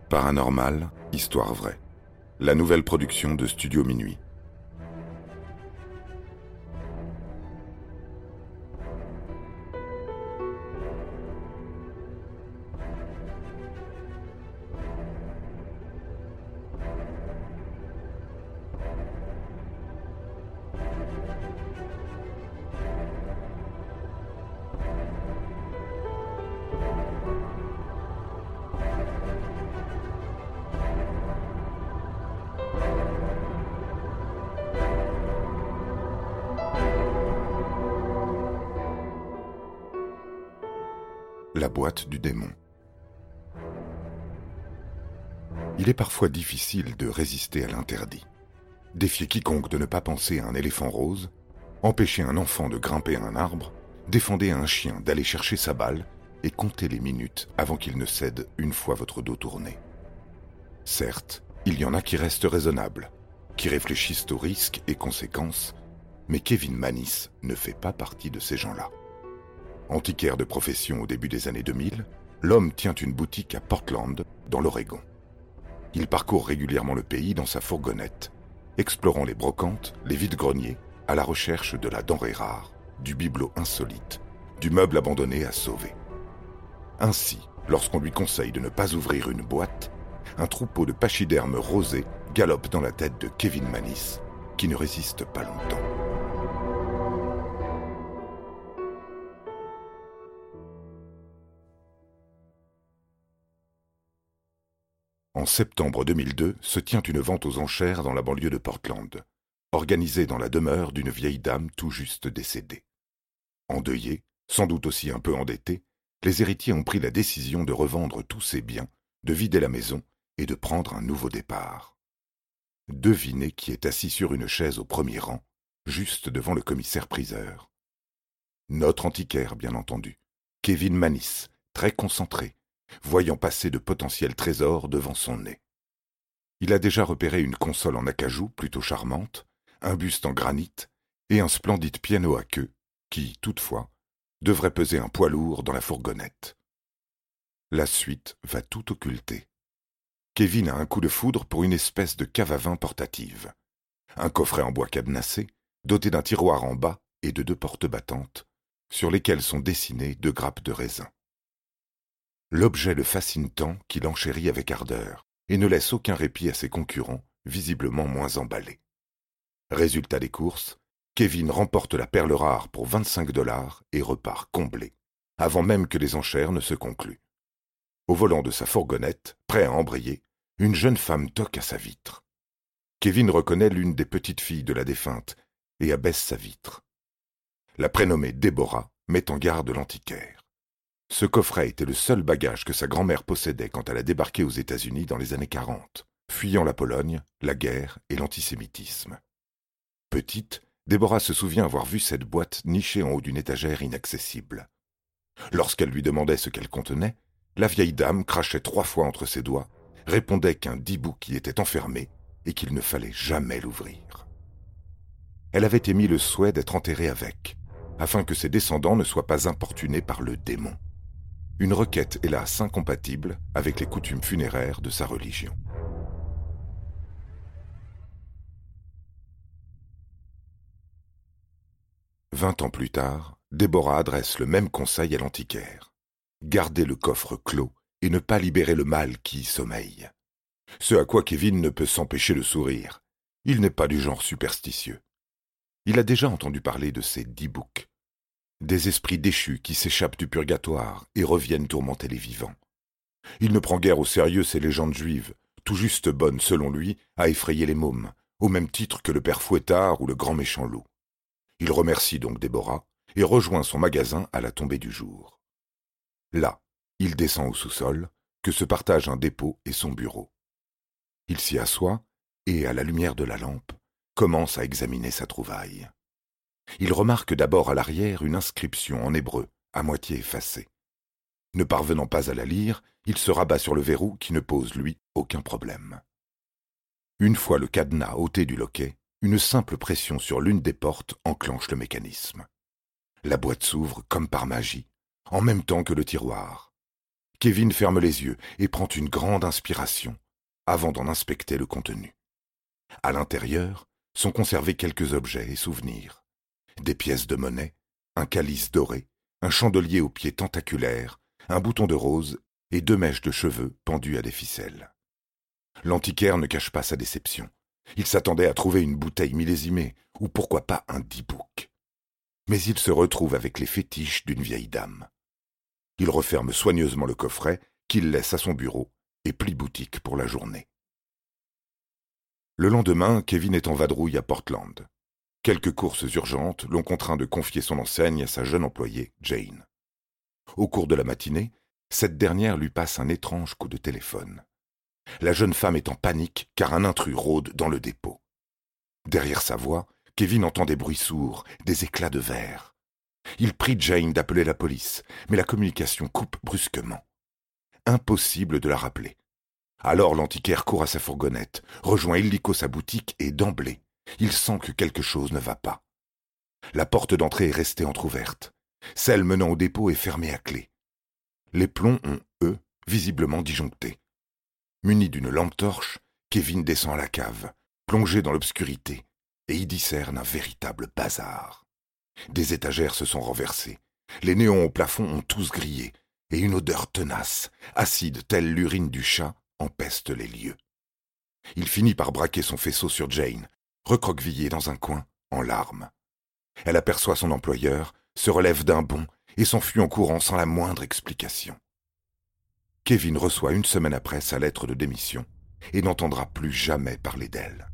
Paranormal, histoire vraie. La nouvelle production de Studio Minuit. La boîte du démon. Il est parfois difficile de résister à l'interdit. Défier quiconque de ne pas penser à un éléphant rose, empêcher un enfant de grimper à un arbre, défender à un chien d'aller chercher sa balle et compter les minutes avant qu'il ne cède une fois votre dos tourné. Certes, il y en a qui restent raisonnables, qui réfléchissent aux risques et conséquences, mais Kevin Mannis ne fait pas partie de ces gens-là. Antiquaire de profession au début des années 2000, l'homme tient une boutique à Portland, dans l'Oregon. Il parcourt régulièrement le pays dans sa fourgonnette, explorant les brocantes, les vides-greniers, à la recherche de la denrée rare, du bibelot insolite, du meuble abandonné à sauver. Ainsi, lorsqu'on lui conseille de ne pas ouvrir une boîte, un troupeau de pachydermes rosés galope dans la tête de Kevin Mannis, qui ne résiste pas longtemps. En septembre 2002 se tient une vente aux enchères dans la banlieue de Portland, organisée dans la demeure d'une vieille dame tout juste décédée. Endeuillés, sans doute aussi un peu endettés, les héritiers ont pris la décision de revendre tous ses biens, de vider la maison et de prendre un nouveau départ. Devinez qui est assis sur une chaise au premier rang, juste devant le commissaire-priseur. Notre antiquaire, bien entendu, Kevin Mannis, très concentré, voyant passer de potentiels trésors devant son nez. Il a déjà repéré une console en acajou plutôt charmante, un buste en granit et un splendide piano à queue qui, toutefois, devrait peser un poids lourd dans la fourgonnette. La suite va tout occulter. Kevin a un coup de foudre pour une espèce de cave à vin portative. Un coffret en bois cadenassé, doté d'un tiroir en bas et de 2 portes battantes, sur lesquelles sont dessinées 2 grappes de raisin. L'objet le fascine tant qu'il enchérit avec ardeur et ne laisse aucun répit à ses concurrents, visiblement moins emballés. Résultat des courses, Kevin remporte la perle rare pour 25 $ et repart comblé, avant même que les enchères ne se concluent. Au volant de sa fourgonnette, prêt à embrayer, une jeune femme toque à sa vitre. Kevin reconnaît l'une des petites filles de la défunte et abaisse sa vitre. La prénommée Déborah met en garde l'antiquaire. Ce coffret était le seul bagage que sa grand-mère possédait quand elle a débarqué aux États-Unis dans les années 40, fuyant la Pologne, la guerre et l'antisémitisme. Petite, Déborah se souvient avoir vu cette boîte nichée en haut d'une étagère inaccessible. Lorsqu'elle lui demandait ce qu'elle contenait, la vieille dame crachait 3 fois entre ses doigts, répondait qu'un dibouc y était enfermé et qu'il ne fallait jamais l'ouvrir. Elle avait émis le souhait d'être enterrée avec, afin que ses descendants ne soient pas importunés par le démon. Une requête hélas incompatible avec les coutumes funéraires de sa religion. « 20 ans plus tard, Déborah adresse le même conseil à l'antiquaire. Garder le coffre clos et ne pas libérer le mal qui y sommeille. Ce à quoi Kevin ne peut s'empêcher de sourire. Il n'est pas du genre superstitieux. Il a déjà entendu parler de ces dibouks. Des esprits déchus qui s'échappent du purgatoire et reviennent tourmenter les vivants. Il ne prend guère au sérieux ces légendes juives, tout juste bonnes, selon lui, à effrayer les mômes, au même titre que le père Fouettard ou le grand méchant loup. Il remercie donc Déborah et rejoint son magasin à la tombée du jour. Là, il descend au sous-sol, que se partagent un dépôt et son bureau. Il s'y assoit et, à la lumière de la lampe, commence à examiner sa trouvaille. Il remarque d'abord à l'arrière une inscription en hébreu, à moitié effacée. Ne parvenant pas à la lire, il se rabat sur le verrou qui ne pose, lui, aucun problème. Une fois le cadenas ôté du loquet, une simple pression sur l'une des portes enclenche le mécanisme. La boîte s'ouvre comme par magie, en même temps que le tiroir. Kevin ferme les yeux et prend une grande inspiration avant d'en inspecter le contenu. À l'intérieur sont conservés quelques objets et souvenirs. Des pièces de monnaie, un calice doré, un chandelier aux pieds tentaculaires, un bouton de rose et 2 mèches de cheveux pendues à des ficelles. L'antiquaire ne cache pas sa déception. Il s'attendait à trouver une bouteille millésimée, ou pourquoi pas un D-book. Mais il se retrouve avec les fétiches d'une vieille dame. Il referme soigneusement le coffret, qu'il laisse à son bureau, et plie boutique pour la journée. Le lendemain, Kevin est en vadrouille à Portland. Quelques courses urgentes l'ont contraint de confier son enseigne à sa jeune employée, Jane. Au cours de la matinée, cette dernière lui passe un étrange coup de téléphone. La jeune femme est en panique car un intrus rôde dans le dépôt. Derrière sa voix, Kevin entend des bruits sourds, des éclats de verre. Il prie Jane d'appeler la police, mais la communication coupe brusquement. Impossible de la rappeler. Alors l'antiquaire court à sa fourgonnette, rejoint illico sa boutique et d'emblée, il sent que quelque chose ne va pas. La porte d'entrée est restée entr'ouverte. Celle menant au dépôt est fermée à clé. Les plombs ont, eux, visiblement disjoncté. Muni d'une lampe torche, Kevin descend à la cave, plongé dans l'obscurité, et y discerne un véritable bazar. Des étagères se sont renversées, les néons au plafond ont tous grillé, et une odeur tenace, acide telle l'urine du chat, empeste les lieux. Il finit par braquer son faisceau sur Jane, recroquevillée dans un coin, en larmes. Elle aperçoit son employeur, se relève d'un bond et s'enfuit en courant sans la moindre explication. Kevin reçoit 1 semaine après sa lettre de démission et n'entendra plus jamais parler d'elle.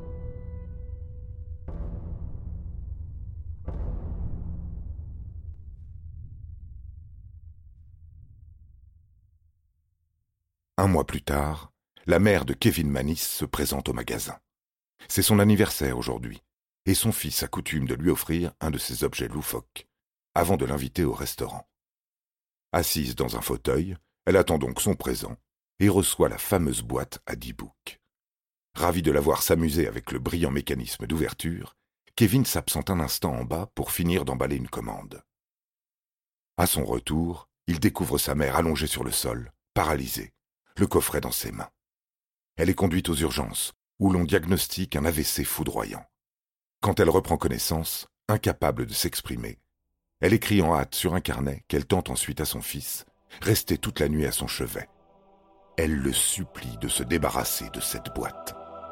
Un mois plus tard, la mère de Kevin Mannis se présente au magasin. C'est son anniversaire aujourd'hui, et son fils a coutume de lui offrir un de ces objets loufoques, avant de l'inviter au restaurant. Assise dans un fauteuil, elle attend donc son présent et reçoit la fameuse boîte à D-book. Ravi de la voir s'amuser avec le brillant mécanisme d'ouverture, Kevin s'absente un instant en bas pour finir d'emballer une commande. À son retour, il découvre sa mère allongée sur le sol, paralysée, le coffret dans ses mains. Elle est conduite aux urgences, où l'on diagnostique un AVC foudroyant. Quand elle reprend connaissance, incapable de s'exprimer, elle écrit en hâte sur un carnet qu'elle tend ensuite à son fils, resté toute la nuit à son chevet. Elle le supplie de se débarrasser de cette boîte.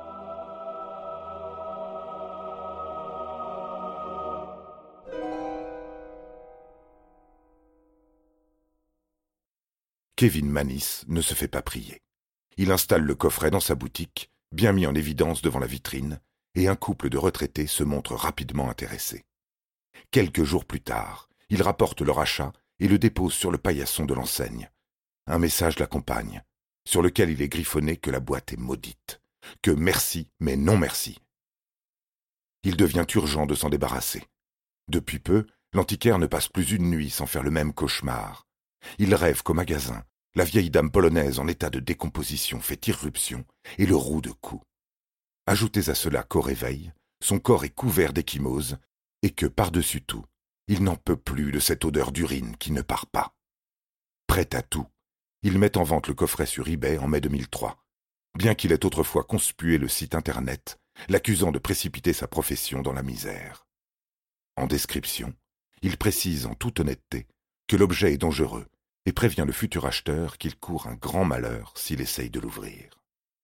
Kevin Mannis ne se fait pas prier. Il installe le coffret dans sa boutique, bien mis en évidence devant la vitrine, et un couple de retraités se montre rapidement intéressé. Quelques jours plus tard, ils rapportent leur achat et le déposent sur le paillasson de l'enseigne. Un message l'accompagne, sur lequel il est griffonné que la boîte est maudite, que merci, mais non merci. Il devient urgent de s'en débarrasser. Depuis peu, l'antiquaire ne passe plus une nuit sans faire le même cauchemar. Il rêve qu'au magasin, la vieille dame polonaise en état de décomposition fait irruption et le roue de coups. Ajoutez à cela qu'au réveil, son corps est couvert d'ecchymoses et que, par-dessus tout, il n'en peut plus de cette odeur d'urine qui ne part pas. Prêt à tout, il met en vente le coffret sur eBay en mai 2003, bien qu'il ait autrefois conspué le site internet, l'accusant de précipiter sa profession dans la misère. En description, il précise en toute honnêteté que l'objet est dangereux et prévient le futur acheteur qu'il court un grand malheur s'il essaye de l'ouvrir.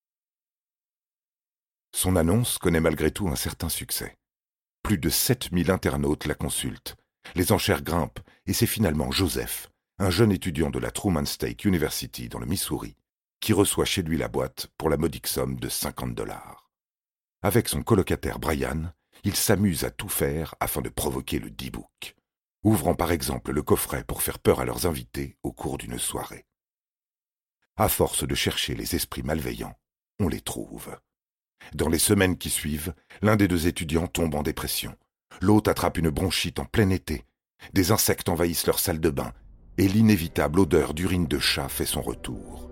Son annonce connaît malgré tout un certain succès. Plus de 7000 internautes la consultent. Les enchères grimpent et c'est finalement Joseph, un jeune étudiant de la Truman State University dans le Missouri, qui reçoit chez lui la boîte pour la modique somme de $50. Avec son colocataire Brian, il s'amuse à tout faire afin de provoquer le D-book, ouvrant par exemple le coffret pour faire peur à leurs invités au cours d'une soirée. À force de chercher les esprits malveillants, on les trouve. Dans les semaines qui suivent, l'un des 2 étudiants tombe en dépression. L'autre attrape une bronchite en plein été. Des insectes envahissent leur salle de bain et l'inévitable odeur d'urine de chat fait son retour.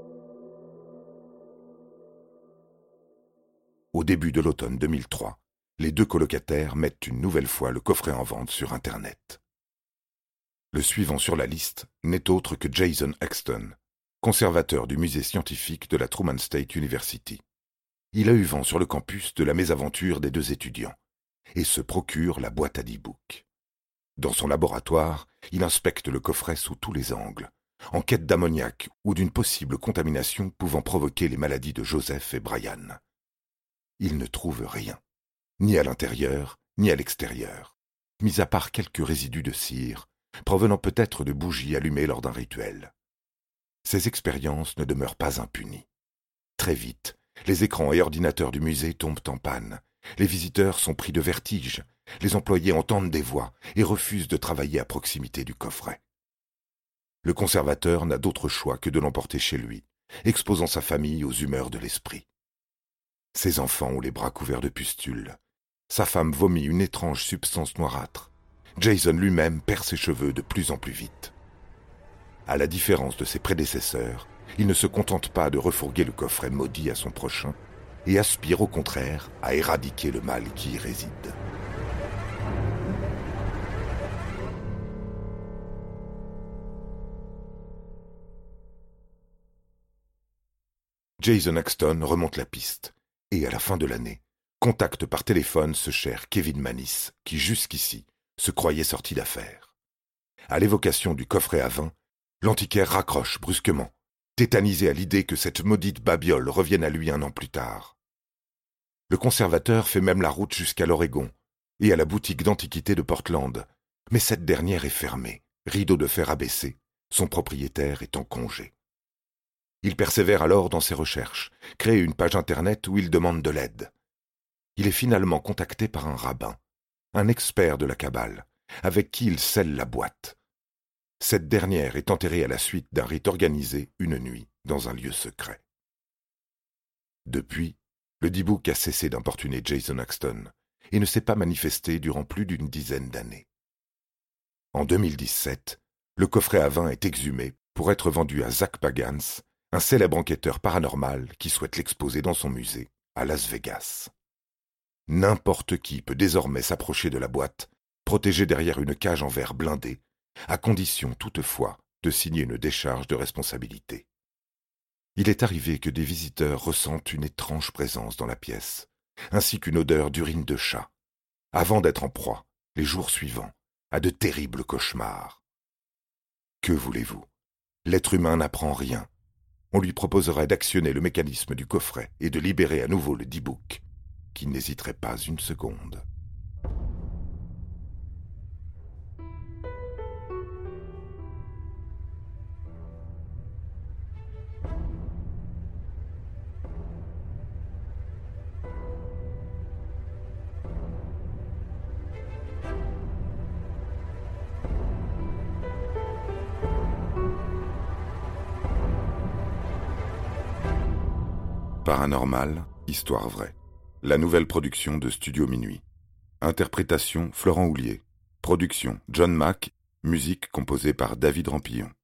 Au début de l'automne 2003, les deux colocataires mettent une nouvelle fois le coffret en vente sur Internet. Le suivant sur la liste n'est autre que Jason Exton, conservateur du musée scientifique de la Truman State University. Il a eu vent sur le campus de la mésaventure des deux étudiants et se procure la boîte à d'e-book. Dans son laboratoire, il inspecte le coffret sous tous les angles, en quête d'ammoniac ou d'une possible contamination pouvant provoquer les maladies de Joseph et Brian. Il ne trouve rien, ni à l'intérieur, ni à l'extérieur, mis à part quelques résidus de cire, provenant peut-être de bougies allumées lors d'un rituel. Ces expériences ne demeurent pas impunies. Très vite, les écrans et ordinateurs du musée tombent en panne. Les visiteurs sont pris de vertige. Les employés entendent des voix et refusent de travailler à proximité du coffret. Le conservateur n'a d'autre choix que de l'emporter chez lui, exposant sa famille aux humeurs de l'esprit. Ses enfants ont les bras couverts de pustules. Sa femme vomit une étrange substance noirâtre. Jason lui-même perd ses cheveux de plus en plus vite. À la différence de ses prédécesseurs, il ne se contente pas de refourguer le coffret maudit à son prochain et aspire au contraire à éradiquer le mal qui y réside. Jason Exton remonte la piste et, à la fin de l'année, contacte par téléphone ce cher Kevin Mannis qui, jusqu'ici, se croyait sorti d'affaires. À l'évocation du coffret à vin, l'antiquaire raccroche brusquement, tétanisé à l'idée que cette maudite babiole revienne à lui un an plus tard. Le conservateur fait même la route jusqu'à l'Oregon et à la boutique d'antiquités de Portland, mais cette dernière est fermée, rideau de fer abaissé, son propriétaire est en congé. Il persévère alors dans ses recherches, crée une page internet où il demande de l'aide. Il est finalement contacté par un rabbin, un expert de la Kabbale, avec qui il scelle la boîte. Cette dernière est enterrée à la suite d'un rite organisé une nuit dans un lieu secret. Depuis, le D-Book a cessé d'importuner Jason Exton et ne s'est pas manifesté durant plus d'une dizaine d'années. En 2017, le coffret à vin est exhumé pour être vendu à Zach Bagans, un célèbre enquêteur paranormal qui souhaite l'exposer dans son musée à Las Vegas. N'importe qui peut désormais s'approcher de la boîte, protégée derrière une cage en verre blindé, à condition toutefois de signer une décharge de responsabilité. Il est arrivé que des visiteurs ressentent une étrange présence dans la pièce, ainsi qu'une odeur d'urine de chat, avant d'être en proie, les jours suivants, à de terribles cauchemars. Que voulez-vous? L'être humain n'apprend rien. On lui proposerait d'actionner le mécanisme du coffret et de libérer à nouveau le D-Book, qui n'hésiterait pas une seconde. Paranormal, histoire vraie. La nouvelle production de Studio Minuit. Interprétation Florent Houllier. Production John Mack. Musique composée par David Rampillon.